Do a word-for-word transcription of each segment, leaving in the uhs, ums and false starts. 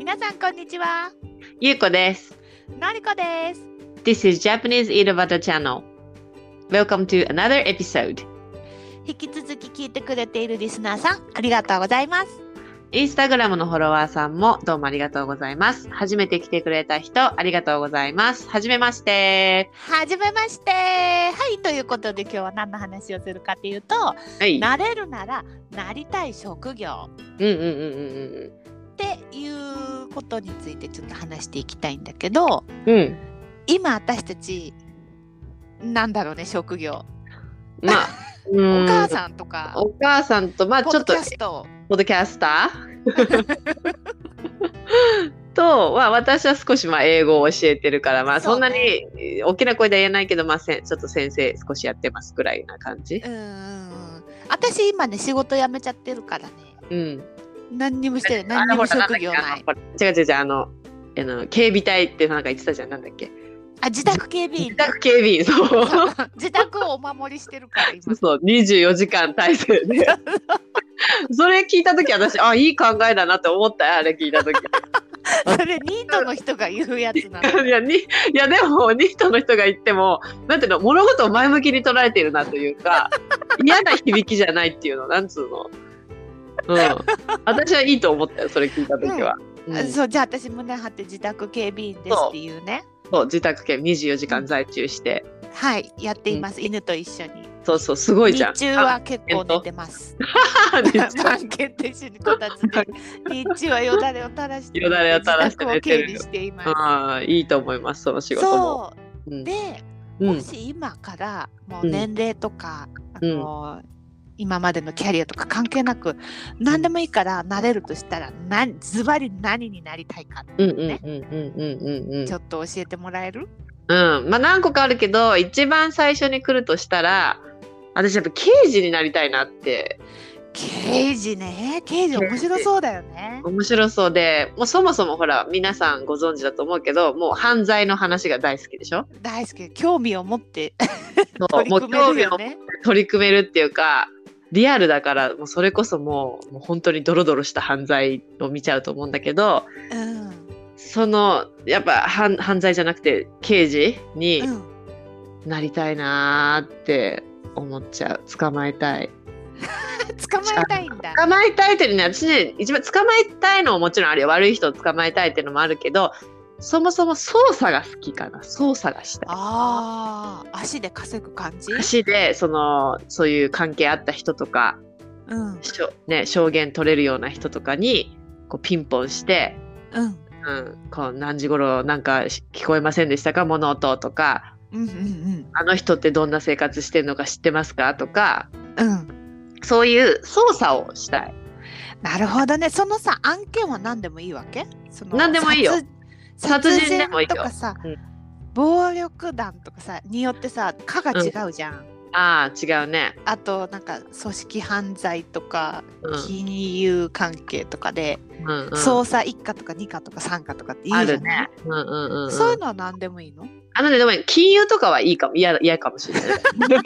皆さんこんにちは。 ゆうこです。 のりこです。 This is Japanese Iravata Channel. Welcome to another episode. 引き続き聞いてくれているリスナーさん、ありがとうございます。 インスタグラムのフォロワーさんもどうもありがとうございます。初めて来てくれた人、ありがとうございます。はじめまして。 はじめまして。はい、ということで今日は何の話をするかというと、はい、なれるならなりたい職業。 うんうんうんうんうん。 っていうことについてちょっと話していきたいんだけど、 うん、 今私たちなんだろうね、職業。 まあ、 お母さんとかお母さんとまあちょっとポッドキャストポッドキャスターと、まあ、私は少しまあ英語を教えてるから、まあ、そんなに大きな声では言えないけど、まあ、せちょっと先生少しやってますぐらいな感じ。 うん、私今ね仕事辞めちゃってるからね。 うん。 何にもしてない。何にも職業ない。 違う違う違う、あの、あの警備隊ってなんか言ってたじゃん、なんだっけ。 あ、自宅警備員。 自宅警備員、そう。 自宅をお守りしてるから今。 そう、にじゅうよじかん体制で。それ聞いたとき私、あ、いい考えだなって思ったよ、あれ聞いたとき。 それニートの人が言うやつなの。 いや、に、いやでもニートの人が言っても、なんていうの、物事を前向きに捉えているなというか、嫌な響きじゃないっていうの、なんつうの。うん、私はいいと思ったよ、それ聞いたときは。 うんうん、そうじゃあ私胸張って自宅警備員ですっていうね。 そう、自宅警備にじゅうよじかん在中して、 うん、はいやっています、うん、犬と一緒に。 そうそう、すごいじゃん。 日中は結構寝てます。番犬と一緒にこたつで日中はよだれを垂らしてよだれを垂らして寝てる。自宅を警備しています。 ああ、いいと思います、その仕事も。 そう、うん、で、 うん、 もし今からもう年齢とか、 うん、 あのー今までのキャリアとか関係なく何でもいいからなれるとしたらズバリ何になりたいかってね、ちょっと教えてもらえる？ うん、まあ何個かあるけど一番最初に来るとしたら私やっぱ刑事になりたいなって。 刑事ね、刑事面白そうだよね。 面白そうで、もうそもそもほら皆さんご存知だと思うけど、もう犯罪の話が大好きでしょ？ 大好き、興味を持って取り組めるよね。取り組めるっていうかリアルだからもうそれこそもう、もう本当にドロドロした犯罪を見ちゃうと思うんだけど、 うん、 そのやっぱ犯、犯罪じゃなくて刑事になりたいなって思っちゃう。捕まえたい。 捕まえたいんだ。 捕まえたいっていうのは私ね、一番捕まえたいのももちろんあるよ。悪い人を捕まえたいっていうのもあるけど、そもそも捜査が好きかな。捜査がしたい。 ああ、足で稼ぐ感じ？ 足でそのそういう関係あった人とか、 うんね、証言取れるような人とかにこうピンポンして、 うんうん、こう何時頃なんか聞こえませんでしたか物音とか、 うんうんうん、 あの人ってどんな生活してるのか知ってますかとか、 うん、 そういう捜査をしたい。 なるほどね。そのさ案件は何でもいいわけ？その何でもいいよ。殺人でもいいよ。 とかさ、 うん、 暴力団とかさによってさ科が違うじゃん。うん、 ああ違うね。 あとなんか組織犯罪とか、うん、金融関係とかで、うんうん、捜査いっ課とかに課とかさん課とかって言うじゃない？ あるね。うんうんうん、 そういうのは何でもいいの？ あのね、でも金融とかはいいかも。嫌嫌かもしれない。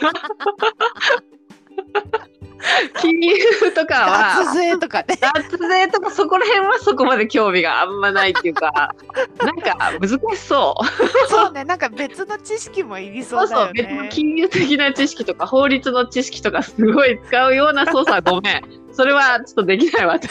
金融とかは脱税とかね、 脱税とかそこら辺はそこまで興味があんまないっていうかなんか難しそうそうね、なんか別の知識もいりそうだよね。 そうそう、別の金融的な知識とか法律の知識とかすごい使うような操作はごめんそれはちょっとできない私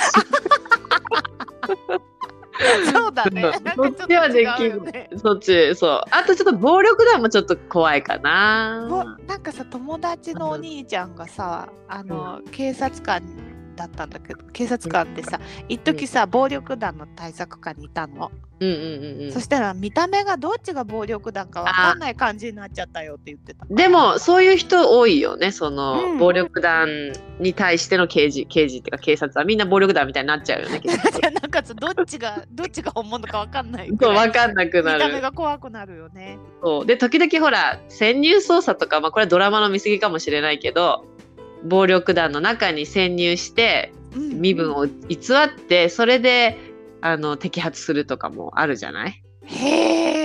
そうだね。 そっちはできる、ね、そっち、そう。あとちょっと暴力団もちょっと怖いかな。 なんかさ、友達のお兄ちゃんがさ、うん、あの、うん、警察官だったんだけど、警察官ってさ、一時さ、暴力団の対策課にいたの。 うんうんうんうん、 そしたら見た目がどっちが暴力団か分かんない感じになっちゃったよって言ってた。 でもそういう人多いよね。その、うん、暴力団に対しての刑事刑事っていうか警察はみんな暴力団みたいになっちゃうよね。 なんかどっちがどっちが本物か分かんない。 そう分かんなくなる。 見た目が怖くなるよね。 そうで時々ほら潜入捜査とか、まあこれはドラマの見過ぎかもしれないけど、暴力団の中に潜入して、うん、身分を偽ってそれであの摘発するとかもあるじゃない？ へえ、そ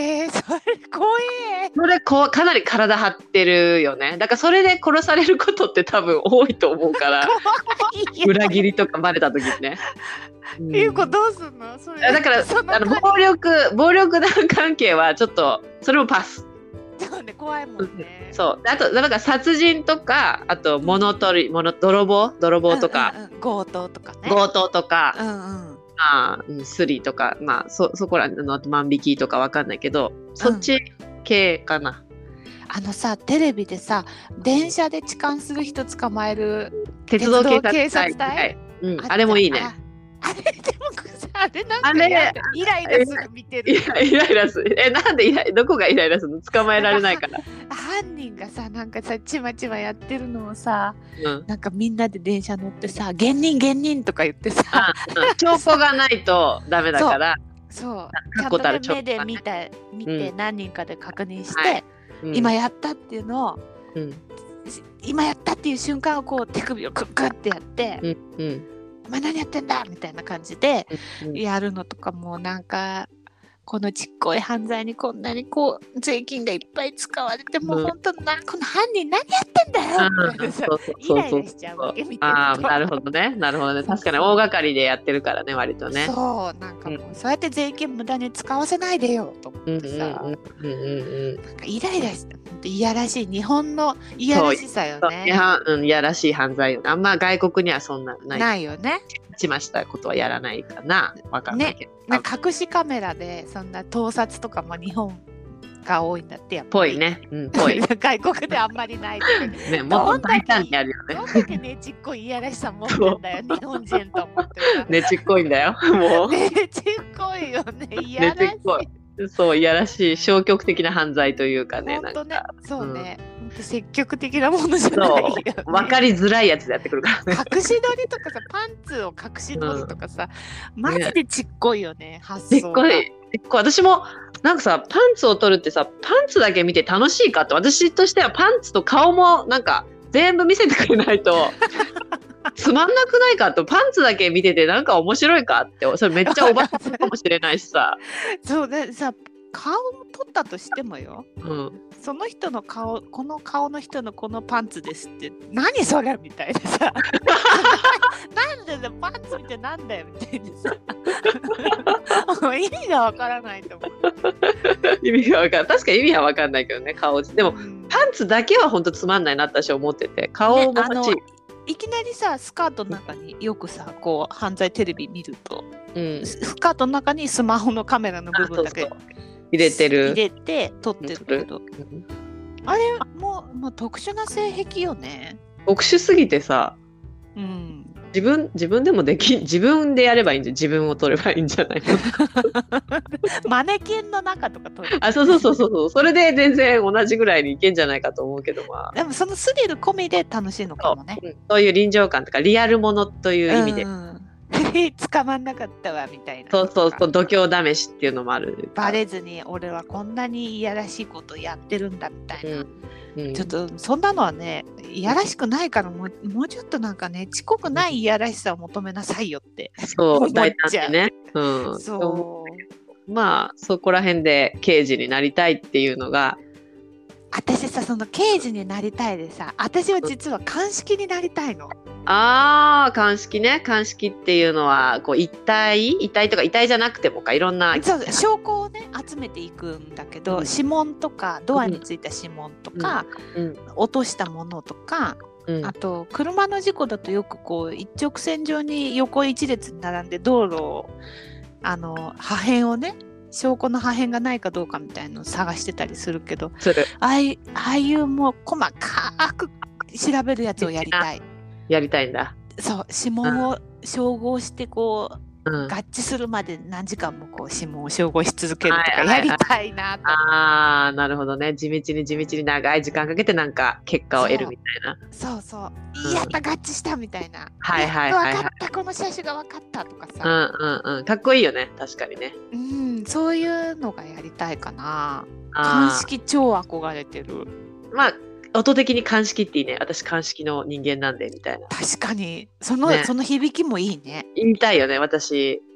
怖え。 それこかなり体張ってるよね。だからそれで殺されることって多分多いと思うから裏切りとかバレた時にね。 ゆうこどうすんのそれ。 だからあの暴力暴力団関係はちょっとそれもパス。 そうね、怖いもんね。 そうあとだから殺人とかあと物取り物泥棒泥棒とか、 うんうんうん、強盗とかね。 強盗とか、 うんうん、 まあスリとかまあそそこらの万引きとかわかんないけどそっち系かな。 うん、あのさテレビでさ電車で痴漢する人捕まえる鉄道警察隊、はい、うん、あ, あれもいいね。 あれでもさあれなんかイライラする見てる。 イライラする。えなんでイライどこがイライラするの？捕まえられないから。 犯人がさなんかさちまちまやってるのをさ、うん、なんかみんなで電車乗ってさ芸人芸人とか言ってさ、 うん、証拠がないとダメだから。 そうちゃんと、ね、目で見た見て何人かで確認して、うんはいうん、今やったっていうのを、うん、今やったっていう瞬間をこう手首をクックってやって。うんうんお前何やってんだみたいな感じでやるのとかもなんかこのちっこい犯罪にこんなにこう税金がいっぱい使われてもう本当なこの犯人何やってんだよみたいなさイライラしちゃうわけ見てると。 あなるほどねなるほどね確かに大掛かりでやってるからね割とね。 そうなんかもう、うん、そうやって税金無駄に使わせないでよと思ってさなんかイライラしていやらしい日本のいやらしさよね。いや、 うん、いやらしい犯罪よね。あんま外国にはそんなないないよね。 しましたことはやらないかなわかんないけど、ね、 なんか隠しカメラでそんな盗撮とかも日本が多いんだってやっぱりぽいね、うん、ぽい外国であんまりないねもっと大胆にやるよね。 どんだけねちっこいいやらしさ持ってんだよ日本人と思ってねちっこいんだよもうねちっこいよねいやらしい、ねそういやらしい消極的な犯罪というかねなんかそうね、うん、積極的なものじゃないよ、ね、 分かりづらいやつでやってくるからね隠し撮りとかさパンツを隠し撮りとかさ、うん、マジでちっこいよね、ね発想がちっこい私もなんかさパンツを撮るってさパンツだけ見て楽しいかって私としてはパンツと顔もなんか全部見せてくれないとつまんなくないかとパンツだけ見ててなんか面白いかってそれめっちゃおばさんかもしれないしさそうでさ顔を撮ったとしてもよ、うん、その人の顔この顔の人のこのパンツですって何それみたいなさなんでだパンツ見てなんだよみたいなさ意味がわからないと思う意味がわかん確かに意味はわかんないけどね顔でも、うん、パンツだけは本当つまんないなって私は思ってて顔も欲しい、ねいきなりさスカートの中によくさこう犯罪テレビ見ると、うん、スカートの中にスマホのカメラの部分だけ入れてる入れて撮ってるけど、うん、あれもう、もう特殊な性癖よね。 特殊すぎてさ、うん、自分自分でもでき自分でやればいいんじゃ自分を撮ればいいんじゃないのマネキンの中とか撮るあそうそうそうそうそれで全然同じぐらいにいけんじゃないかと思うけどまあでもそのスリル込みで楽しいのかもね。 そう、うん、そういう臨場感とかリアルものという意味で、うん、 捕まんなかったわみたいなそうそうそう度胸試しっていうのもあるバレずに俺はこんなにいやらしいことやってるんだみたいな、うんうん、ちょっとそんなのはねいやらしくないからもう、もうちょっとなんかね遅刻ないいやらしさを求めなさいよってそう大胆でね、うん、そうまあそこら辺で刑事になりたいっていうのが私さその刑事になりたいでさ私は実は鑑識になりたいの。 あー鑑識ね鑑識っていうのはこう遺体遺体とか遺体じゃなくてもかいろんなそう証拠をね集めていくんだけど、うん、指紋とかドアについた指紋とか、うんうん、落としたものとか、うん、あと車の事故だとよくこう一直線上に横一列に並んで道路をあの破片をね証拠の破片がないかどうかみたいなのを探してたりするけどああいうああいうもう細かく調べるやつをやりたい。 やりたいんだ。 そう指紋を照合してこう、うん、合致するまで何時間もこう指紋を照合し続けるとかやりたいなと、はいはいはい、 ああなるほどね地道に地道に長い時間かけてなんか結果を得るみたいなそうそうそう、うん、やった合致したみたいなはいはいはい、はい、 分かったこの車種が分かったとかさうんうんうんかっこいいよね確かにねうんそういうのがやりたいかな。鑑識超憧れてる。 まあ音的に鑑識っていいね私鑑識の人間なんでみたいな確かにその、ね、その響きもいいね言いたいよね私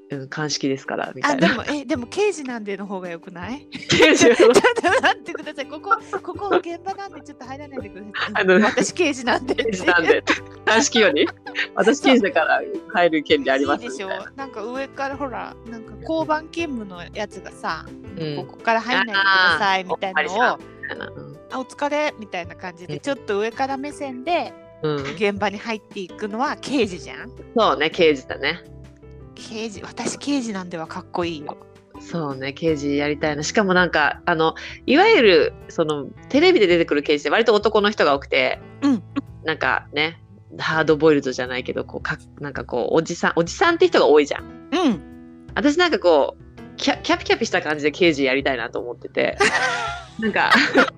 うん、鑑識ですからみたあ、 いな。 でも、え、でも刑事なんでの方がよくない？ 刑事ちょっと待ってください。ここ、ここ現場なんでちょっと入らないでください。 あの私刑事なんでって。 刑事なんで鑑識より私刑事だから入る権利ありますいいでしょみたいな。 なんか上からほら、なんか交番勤務のやつがさ、 うんここから入んないでくださいみたいなのを、 あーおっぱりさんみたいなうんあ、お疲れみたいな感じで、 うんちょっと上から目線でうん、 現場に入っていくのは刑事じゃん。 そうね、刑事だね。 刑事、私刑事なんではかっこいいよ。 そうね、刑事やりたいな。しかもなんか、あの、いわゆる、その、テレビで出てくる刑事って割と男の人が多くて、 うん。 なんかね、ハードボイルドじゃないけど、こう、かなんかこう、おじさん、おじさんって人が多いじゃん。 うん。 私なんかこう、キャキャピキャピした感じで刑事やりたいなと思ってて、なんか、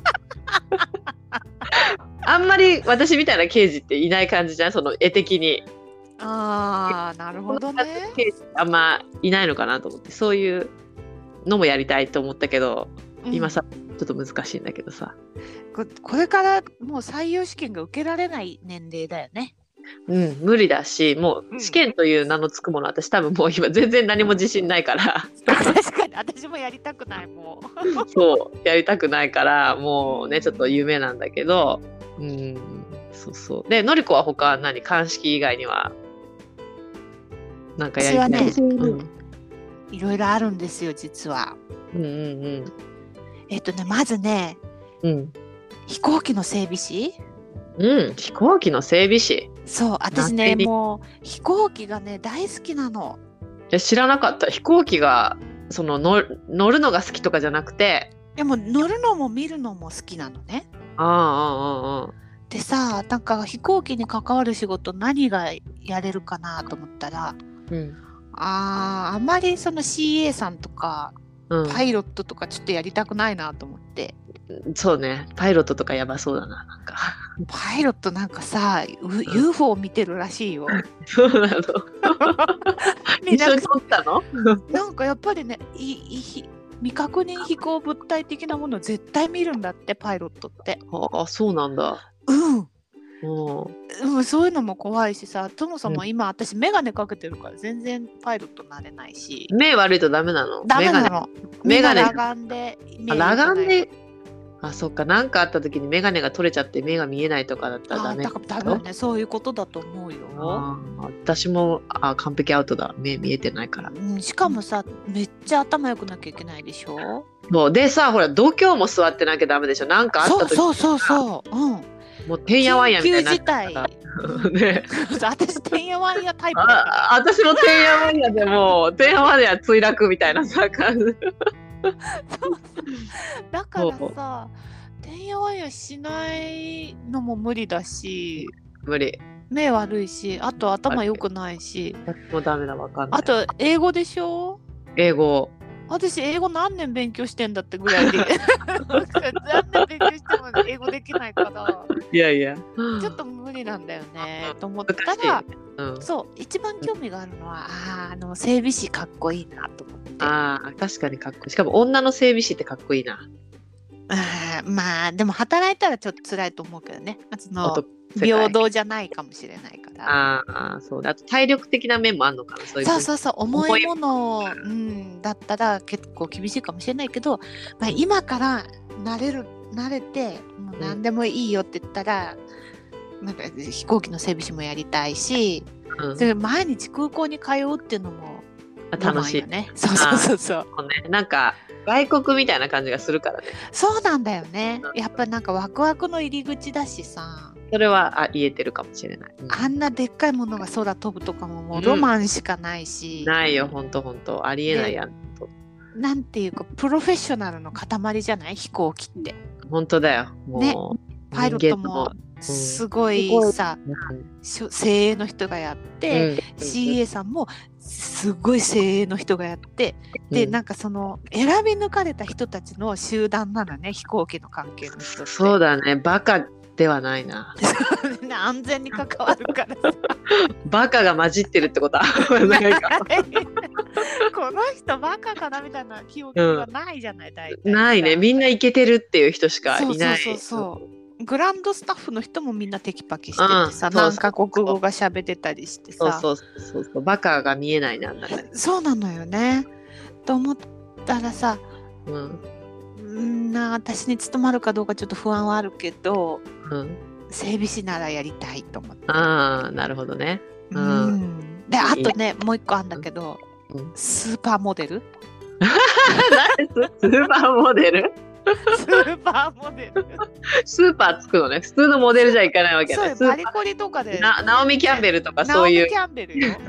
あんまり私みたいな刑事っていない感じじゃん、その絵的に。 ああ、なるほどね。 刑事あんまいないのかなと思って、そういうのもやりたいと思ったけど、 うん今さ、ちょっと難しいんだけどさ。 ここれからもう採用試験が受けられない年齢だよね。 うん、無理だし、もうんう試験という名のつくもの、私多分もう今全然何も自信ないから確かに私もやりたくないもう。 そうやりたくないからもうねちょっと夢なんだけど、うんそうそう。でのりこは他何鑑識以外にはなんかやりたい？ 私はねうんいろいろあるんですよ実は。 うんうんえっとねまずねうん飛行機の整備士。 うん飛行機の整備士。 そう私なんねでもう飛行機がね大好きなの。 いや知らなかった。飛行機がその乗乗るのが好きとかじゃなくて、 でも乗るのも見るのも好きなのね。 ああああああでさなんか飛行機に関わる仕事何がやれるかなと思ったら、 うんあーあまりその シーエー さんとかうん、 パイロットとかちょっとやりたくないなと思って。 そうねパイロットとかやばそうだななんかパイロットなんかさ、う ユーフォー を見てるらしいよ。 そうなのみんな一緒に撮ったのなんかやっぱりねいい未確認飛行物体的なものを絶対見るんだってパイロットって。 あそうなんだ。 うんうんうん、そういうのも怖いしさ、そもそも今私眼鏡かけてるから全然パイロットなれないし。 目悪いとダメなの？ ダメなの。 メガネ。 裸眼で目あ良くない。 裸眼で。あそっかなんかあった時にメガネが取れちゃって目が見えないとかだったらダメ。 あだからダメね、そういうことだと思うよ。 あ私もあ完璧アウトだ目見えてないから。 うん、しかもさめっちゃ頭良くなきゃいけないでしょ。 もうでさほら度胸も座ってなきゃダメでしょ。なんかあった時そうそうそうそう。うん。 もうてんやわんやみたいになっ緊急事態。 ね、 私てんやわんやタイプだから。 あ私もてんやわんやでもてんやわんや墜落みたいなさ感じ。 だからさてんやわんやしないのも無理だし無理。 目悪いしあと頭良くないしもうダメだわかんない。 あと英語でしょ。 英語。 私英語何年勉強してんだってぐらいで何年勉強しても英語できないからいやいやちょっと無理なんだよねと思ったら、 うん、 そう一番興味があるのはああの整備士かっこいいなと思って。 ああ確かにかっこいい。しかも女の整備士ってかっこいいな。 あまあでも働いたらちょっと辛いと思うけどね。その平等じゃないかもしれないから。 ああそうだ。あと体力的な面もあるのかな。そういうそうそうそう重いもの、うん、だったら結構厳しいかもしれないけど、まあ、今から慣れる慣れてもう何でもいいよって言ったら、うん、なんか飛行機の整備士もやりたいし、うん、それ毎日空港に通うっていうのも楽しいよね。そうそうそうそう。 そうね、なんか外国みたいな感じがするからね。 そうなんだよね。やっぱなんかワクワクの入り口だしさ。 それはあ言えてるかもしれない、 うん、あんなでっかいものが空飛ぶとかももうロマンしかないし、 うん、ないよほんとほんとありえないやんと。 なんていうかプロフェッショナルの塊じゃない飛行機って。 本当だよもう、ね、 パイロットもすごいさ、うん、精鋭の人がやって、うん、シーエー さんもすごい精鋭の人がやって、うん、でなんかその選び抜かれた人たちの集団なのね飛行機の関係の人って。 そうだねバカではないな安全に関わるからさバカが混じってるってことはないかこの人バカかなみたいな記憶がないじゃない、うん、大体ないねみんなイケてるっていう人しかいない。 そうそうそうそうグランドスタッフの人もみんなテキパキしててさ、うん、何カ国語が喋ってたりしてさ、 そうそうそうそう、バカが見えないなんだね。 そうなのよね。と思ったらさ、うん、な私に務まるかどうかちょっと不安はあるけど、うん、整備士ならやりたいと思って。 ああ、なるほどね。 うん。うん、であとねもう一個あるんだけど、うん、スーパーモデル。 スーパーモデル。 スーパーモデル。 スーパーつくのね。普通のモデルじゃいかないわけね。 そうパリコリとかで。 なナオミ・キャンベルとかそういう。 ナオミ・キャンベルよ。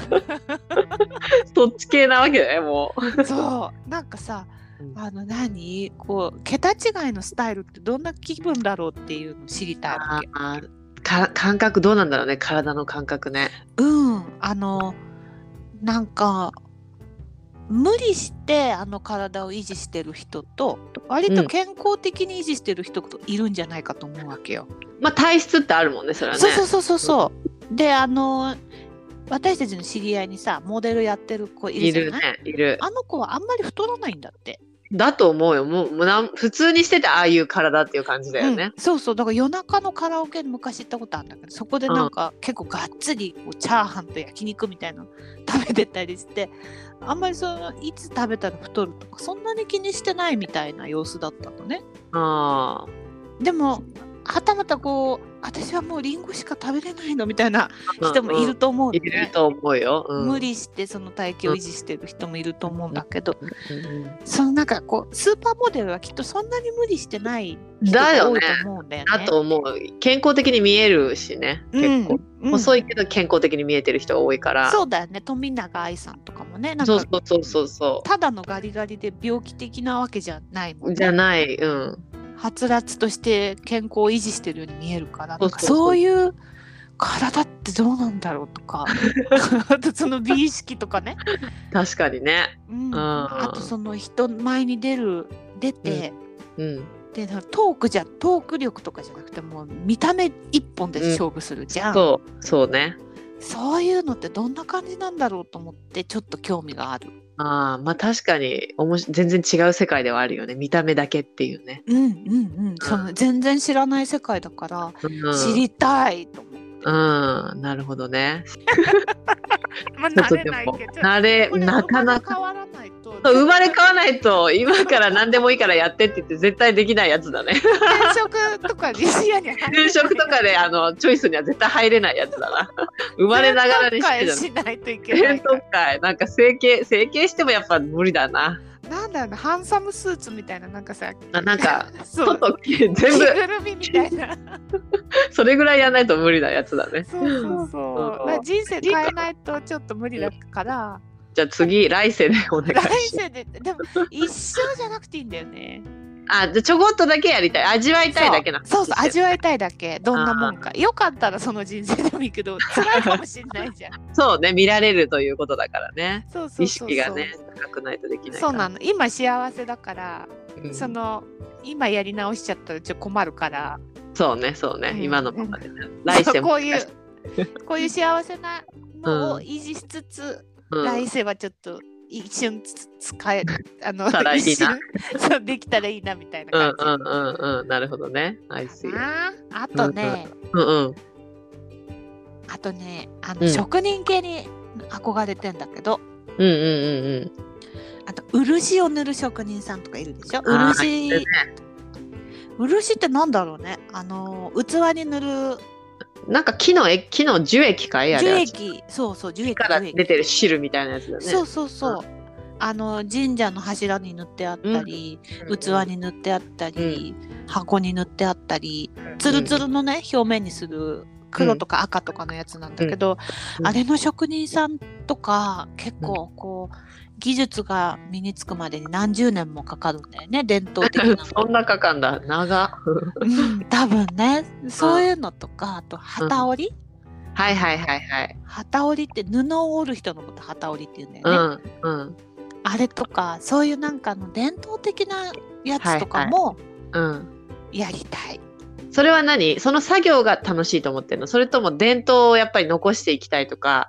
そっち系なわけね、もう。そう。なんかさ、あの何こう桁違いのスタイルってどんな気分だろうっていうのを知りたいわけ。 あか感覚どうなんだろうね、体の感覚ね。 うん。あのなんか。無理してあの体を維持してる人と割と健康的に維持してる人といるんじゃないかと思うわけよ。 うん、まあ体質ってあるもんね、それはね。 そうそうそうそうそう。であの私たちの知り合いにさモデルやってる子いるじゃない？ いるね、いる。 あの子はあんまり太らないんだって。 だと思うよ。もうもうなん普通にしててああいう体っていう感じだよね。 うん、そうそう。だから夜中のカラオケに昔行ったことあるんだけど、そこでなんか、うん、結構がっつりこうチャーハンと焼肉みたいなの食べてたりして、あんまりそのいつ食べたら太るとかそんなに気にしてないみたいな様子だったのね。 あでもはたまたこう私はもうリンゴしか食べれないのみたいな人もいると思う、ね、 うんうん、いると思うよ、うん、 無理してその体型を維持してる人もいると思うんだけど、うん、そのなんかこうスーパーモデルはきっとそんなに無理してない人が多いと思うんだよね。 だと思う。健康的に見えるしね、結構、うん、細いけど健康的に見えてる人が多いから。 そうだよね。富永愛さんとかもね、なんかそうそうそうそうそう、 ただのガリガリで病気的なわけじゃないもんね。 じゃない、うん、 はつらつとして健康を維持してるように見えるから、なんかそういう体ってどうなんだろうとかあとその美意識とかね。 確かにね、 うん、あとその人前に出る出て、 うんうん、 でトークじゃトーク力とかじゃなくてもう見た目一本で勝負するじゃん、うん、 そうそうね。 そういうのってどんな感じなんだろうと思ってちょっと興味がある。 ああ、まあ確かにおもし全然違う世界ではあるよね、見た目だけっていうね。 うんうんうん、その全然知らない世界だから、うん、知りたいと思って。 うん、なるほどね。 まあ慣れないけど、 慣れなかなか変わらないと生まれ変わらないと今から何でもいいからやってって言って絶対できないやつだね。 転職とかに視野に入れない。 転職とかであのチョイスには絶対入れないやつだな。生まれながらにしてる。しないといけない。 転職会なんか整形整形してもやっぱ無理だな。 なんだろうな、ハンサムスーツみたいななんかさ、 あなんか外全部着ぐるみみたいなそれぐらいやらないと無理なやつだね。 そうそうそう。人生変えないとちょっと無理だから。 じゃあ次来世でお願いします。 来世ででも一生じゃなくていいんだよね。 あ、じゃあちょこっとだけやりたい、味わいたいだけな。 そうそう、味わいたいだけ、どんなもんか。よかったらその人生でもいいけど辛いかもしれないじゃん。 そうね、見られるということだからね。 そうそうそうそう、 意識がね高くないとできないから。 そうなの。今幸せだから、うん、その今やり直しちゃったらちょっと困るから。 そうねそうね、うん、今のままで、ね、 うん、来世もこういうこういう幸せなのを維持しつつ、うん、来世はちょっと一瞬使えあのたらいいなそうできたらいいなみたいな感じ。 うんうんうんうん、なるほどね。 ああとね、 うんうん、 あとねあの、うん、職人系に憧れてんだけど、 うんうんうんうん、 あと漆を塗る職人さんとかいるでしょ。漆、ね、漆ってなんだろうね。あの器に塗る。 なんか木の木の樹液かいあれ。 樹液、そうそう樹液から出てる汁みたいなやつだね。 そうそうそう。うん、あの神社の柱に塗ってあったり、うん、器に塗ってあったり、うん、箱に塗ってあったり、ツルツルのね表面にする黒とか赤とかのやつなんだけど、うん、あれの職人さんとか結構こう。技術が身につくまでに何十年もかかるんだよね、伝統的なそんなかかんだ、長うん、多分ね、そういうのとか、あと旗織り、 うん、はいはいはいはい。 旗織りって布を織る人のこと旗織りって言うんだよね、うんうん、あれとかそういうなんかの伝統的なやつとかもやりたい、はいはい、 うん、それは何？その作業が楽しいと思ってるの？それとも伝統をやっぱり残していきたいとか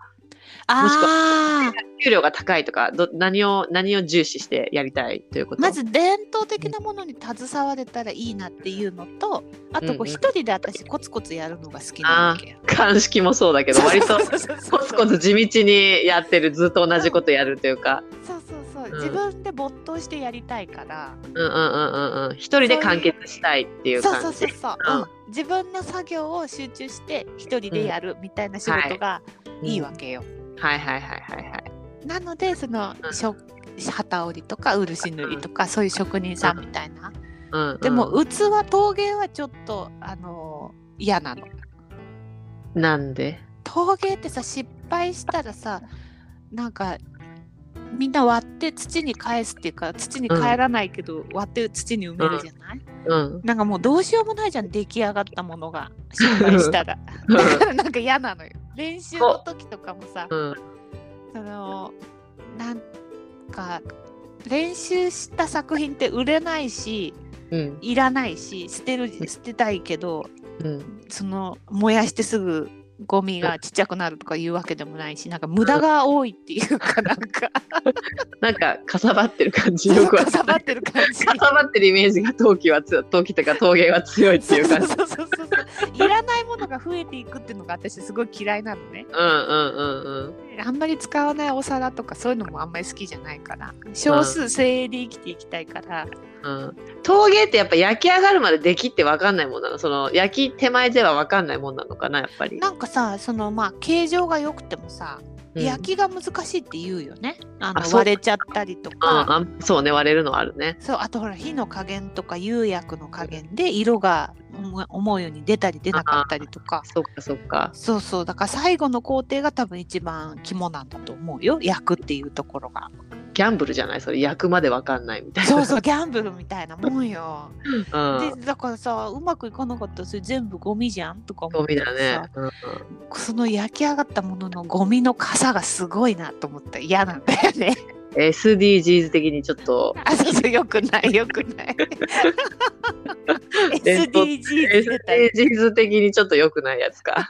もしくはああ、 給料が高いとかど何を何を重視してやりたいということ。 まず伝統的なものに携われたらいいなっていうのと、あとこうんううん一人で私コツコツやるのが好きなわけよ。 鑑識もそうだけど割とそうそうそうそうコツコツ地道にやってる、ずっと同じことやるというか、 そうそうそう、 うん自分で没頭してやりたいから。 うんうんうんうんうん、一人で完結したいっていうそう感じ。 そうそうそう、 うんうん、自分の作業を集中して一人でやるみたいな仕事がいいわけよ。 はいはいはいはいはい。 なのでそのうんしょ機織りとか漆塗りとかそういう職人さんみたいな、 うんうん、 でも器陶芸はちょっとあのー嫌なの。 なんで？ 陶芸ってさ、失敗したらさ、なんかみんな割って土に返すっていうか、土に帰らないけど、割って土に埋めるじゃない、 うん、 なんかもうどうしようもないじゃん、出来上がったものが失敗したらだからなんか嫌なのよ。練習の時とかもさ、 うん、 そのなんか練習した作品って売れないし、 うん、 いらないし、捨てる捨てたいけど、 うん、 その燃やしてすぐゴミがちっちゃくなるとかいうわけでもないし、なんか無駄が多いっていうか、なんかなんかかさばってる感じ。よくわかんない。 かさばってる感じ。 かさばってるイメージが陶器は強い、陶器とか陶芸は強いっていう感じ。 そうそうそうそう、いらないものが増えていくっていうのが私すごい嫌いなのね。 うんうんうんうん。 あんまり使わないお皿とかそういうのもあんまり好きじゃないから、少数精鋭で生きていきたいから、 うん、陶芸ってやっぱ焼き上がるまでできって分かんないもんなの？その焼き手前では分かんないもんなのかな、やっぱり。 なんかさ、そのまあ形状が良くてもさ、 うん、 焼きが難しいって言うよね。あのあ、そう割れちゃったりとうん、 か、 あ、そうね、割れるのあるね。 そう、あとほら火の加減とか釉薬の加減で色が思う思うように出たり出なかったりとか。 そっかそっか。 そうそう、だから最後の工程が多分一番肝なんだと思うよ、焼くっていうところが。 ギャンブルじゃないそれ、焼くまで分かんないみたいな。 そうそう、ギャンブルみたいなもんよ。 うん、 でだからさ、うまくいかなかったらそれ全部ゴミじゃんとか思ゴミったらさ、 だね。うんうん、 その焼き上がったもののゴミの傘がすごいなと思ったら嫌なんだよね。 エスディージーズ 的にちょっと。 あ、そうそう、よくないよくない。エスディージーズ 出た。 エスディージーズ 的にちょっと良くないやつか。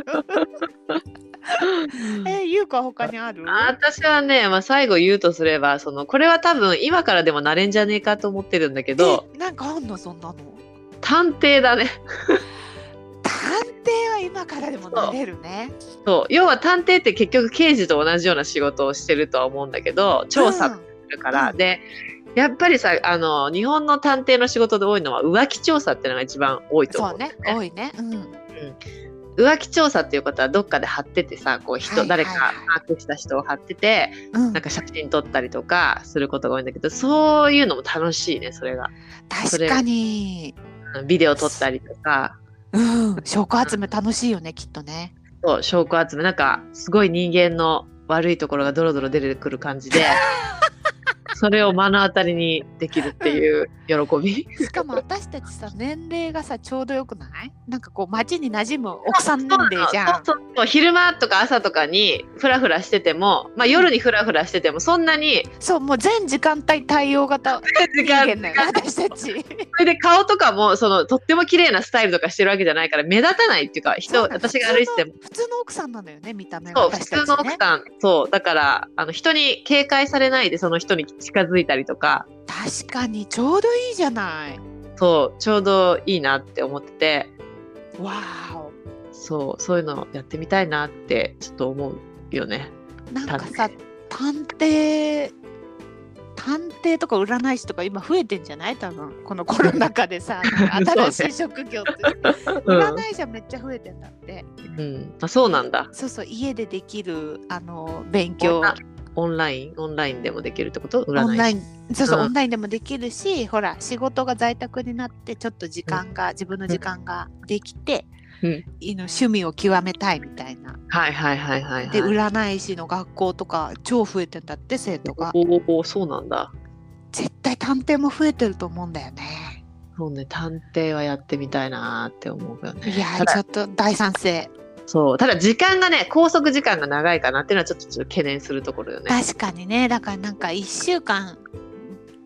え、ゆうか他にある？ 私はね、まあ、最後言うとすれば、そのこれは多分今からでもなれんじゃねえかと思ってるんだけど、 え、なんかあんのそんなの？ 探偵だね。 探偵は今からでもなれるね。 そう、要は探偵って結局刑事と同じような仕事をしてるとは思うんだけど、調査するから、 うん、 でやっぱりさ、あの日本の探偵の仕事で多いのは浮気調査っていうのが一番多いと思う、 そうね、多いね。うん。うん、 浮気調査っていうことはどっかで貼っててさ、こう人、はいはいはい、誰か把握した人を貼ってて、うん、なんか写真撮ったりとかすることが多いんだけど、そういうのも楽しいね、それが。 確かに。 ビデオ撮ったりとか。 うん、証拠集め楽しいよね、きっとね。 そう、証拠集め、なんかすごい人間の悪いところがドロドロ出てくる感じでそれを目の当たりにできるっていう喜び。 しかも私たちさ、年齢がさちょうどよくない？なんかこう街に馴染む奥さん年齢じゃん。 そうそうそう、昼間とか朝とかにフラフラしてても、まあ、夜にフラフラしててもそんなに、 そう、もう全時間帯対応型時間帯私たち。 それで顔とかもそのとっても綺麗なスタイルとかしてるわけじゃないから目立たないっていうか、人、私が歩いてても普通の奥さんなのよね、見た目は。 は。 そう、普通の奥さん。そう、だからあの人に警戒されないでその人に近づいたりとか。 確かにちょうどいいじゃない。 そう、ちょうどいいなって思ってて、 わーお。 そう、そういうのやってみたいなってちょっと思うよね。 なんかさ、探偵探偵とか占い師とか今増えてんじゃない？多分このコロナ禍でさ新しい職業って、占い師はめっちゃ増えてんだって。 うん、あ、そうなんだ。 そうそう、家でできるあの勉強。 オンラインオンラインでもできるってこと？占い師。 オンライン、そうそう、 うん、 オンラインでもできるし、ほら仕事が在宅になってちょっと時間が、うん、自分の時間ができて、うん、趣味を極めたいみたいな。 はいはいはいはい、はい、 で占い師の学校とか超増えてんだって、生徒が。 おお、そうなんだ。 絶対探偵も増えてると思うんだよね。 そうね、探偵はやってみたいなって思うよね。 いやちょっと大賛成。 そう、ただ時間がね、拘束時間が長いかなっていうのはちょっと、ちょっと懸念するところよね。 確かにね。だからなんかいっしゅうかん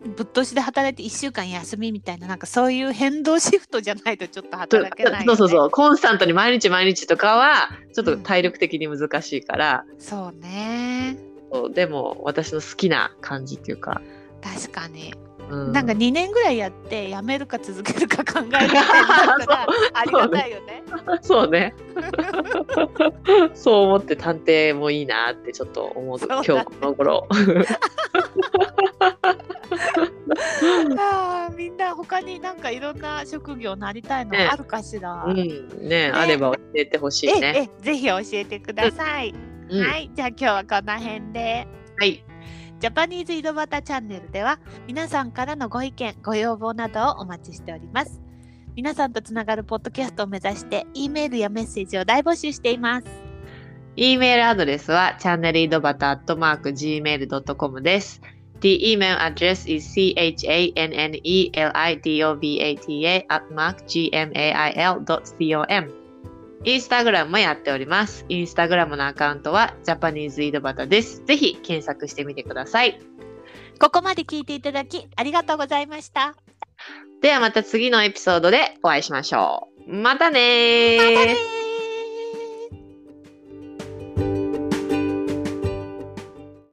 ぶっ通しで働いていっしゅうかん休みみたいな、なんかそういう変動シフトじゃないとちょっと働けないよね。 そうそうそう、コンスタントに毎日毎日とかはちょっと体力的に難しいから、 うん、そうね。 そうでも私の好きな感じっていうか。 確かに、 うん、 なんかにねんぐらいやってやめるか続けるか考えるみたいならありがたいよね。 そうね。そう思って探偵もいいなってちょっと思う、今日この頃。 あみんな他になんかいろんな職業なりたいのあるかしら。 ね、うんね、ね、あれば教えてほしいね。 ええ、ぜひ教えてください。うん、はい、じゃあ今日はこの辺で。 はい。 ジャパニーズ井戸端チャンネルでは皆さんからのご意見ご要望などをお待ちしております。皆さんとつながるポッドキャストを目指して E メールやメッセージを大募集しています。 E メールアドレスは チャンネル井戸端 アットマーク ジーメールドットコム です。The email address is chanelidobata アットマーク ジーエムエーアイエルドットコム。インスタグラムもやっております。インスタグラムのアカウントはジャパニーズ井戸端です。ぜひ検索してみてください。 ここまで聞いていただきありがとうございました。 ではまた次のエピソードでお会いしましょう。またねー。 またねー。